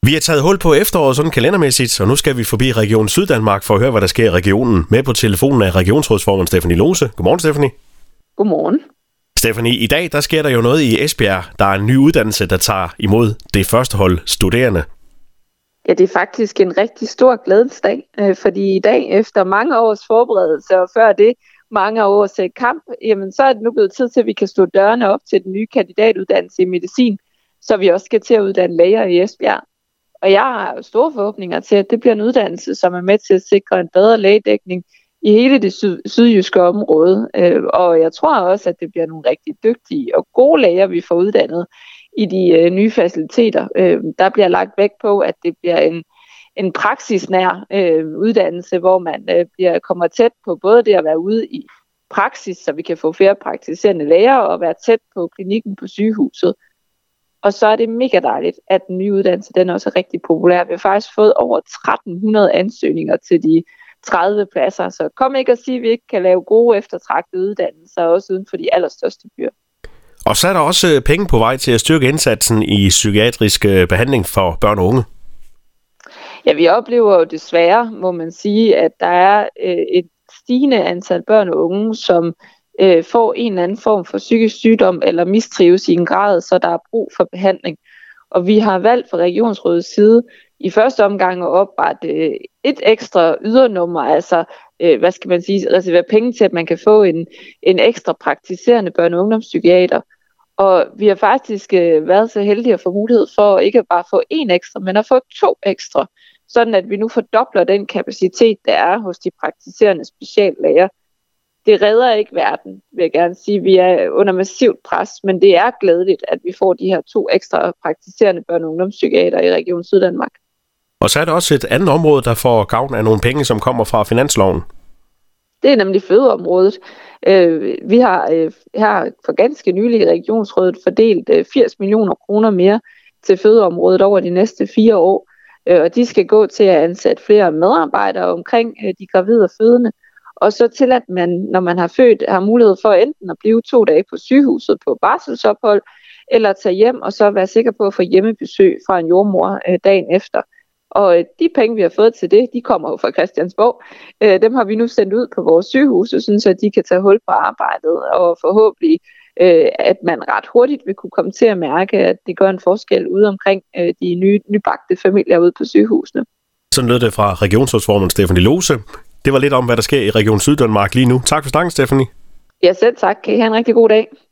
Vi har taget hul på efteråret sådan kalendermæssigt, og nu skal vi forbi Region Syddanmark for at høre, hvad der sker i regionen. Med på telefonen er regionsrådsformand Stephanie Lose. Godmorgen, Stephanie. Godmorgen. Stephanie, i dag der sker der jo noget i Esbjerg. Der er en ny uddannelse, der tager imod det første hold studerende. Ja, det er faktisk en rigtig stor glædesdag, fordi i dag efter mange års forberedelse og før det mange års kamp, jamen så er det nu blevet tid til, at vi kan slå dørene op til den nye kandidatuddannelse i medicin, så vi også skal til at uddanne læger i Esbjerg. Og jeg har jo store forhåbninger til, at det bliver en uddannelse, som er med til at sikre en bedre lægedækning i hele det sydjyske område. Og jeg tror også, at det bliver nogle rigtig dygtige og gode læger, vi får uddannet i de nye faciliteter. Der bliver lagt vægt på, at det bliver en praksisnær uddannelse, hvor man kommer tæt på både det at være ude i praksis, så vi kan få flere praktiserende læger og være tæt på klinikken på sygehuset. Og så er det mega dejligt, at den nye uddannelse den også er rigtig populær. Vi har faktisk fået over 1300 ansøgninger til de 30 pladser, så kom ikke at sige, at vi ikke kan lave gode eftertragtede uddannelser, også uden for de allerstørste byer. Og så er der også penge på vej til at styrke indsatsen i psykiatrisk behandling for børn og unge. Ja, vi oplever jo desværre, må man sige, at der er et stigende antal børn og unge, som får en eller anden form for psykisk sygdom eller mistrives i en grad, så der er brug for behandling. Og vi har valgt fra Regionsrådets side i første omgang at oprette et ekstra ydernummer, altså reservere penge til, at man kan få en ekstra praktiserende børne- og ungdomspsykiater. Og vi har faktisk været så heldige at få mulighed for ikke bare få en ekstra, men at få 2 ekstra, sådan at vi nu fordobler den kapacitet, der er hos de praktiserende speciallæger. Det redder ikke verden, vil jeg gerne sige. Vi er under massivt pres, men det er glædeligt, at vi får de her 2 ekstra praktiserende børne- og ungdomspsykiater i Region Syddanmark. Og så er der også et andet område, der får gavn af nogle penge, som kommer fra finansloven. Det er nemlig fødeområdet. Vi har her for ganske nylig i Regionsrådet fordelt 80 millioner kroner mere til fødeområdet over de næste 4 år. Og de skal gå til at ansætte flere medarbejdere omkring de gravide og fødende. Og så til, at man, når man har født, har mulighed for enten at blive 2 dage på sygehuset på barselsophold, eller tage hjem og så være sikker på at få hjemmebesøg fra en jordmor dagen efter. Og de penge, vi har fået til det, de kommer jo fra Christiansborg. Dem har vi nu sendt ud på vores sygehuse, så de kan tage hul på arbejdet, og forhåbentlig, at man ret hurtigt vil kunne komme til at mærke, at det gør en forskel ude omkring de nybagte familier ude på sygehusene. Sådan lød det fra regionsrådsformand Stephanie Lose. Det var lidt om, hvad der sker i Region Syddanmark lige nu. Tak for snakken, Stephanie. Ja, selv tak. Kan I have en rigtig god dag.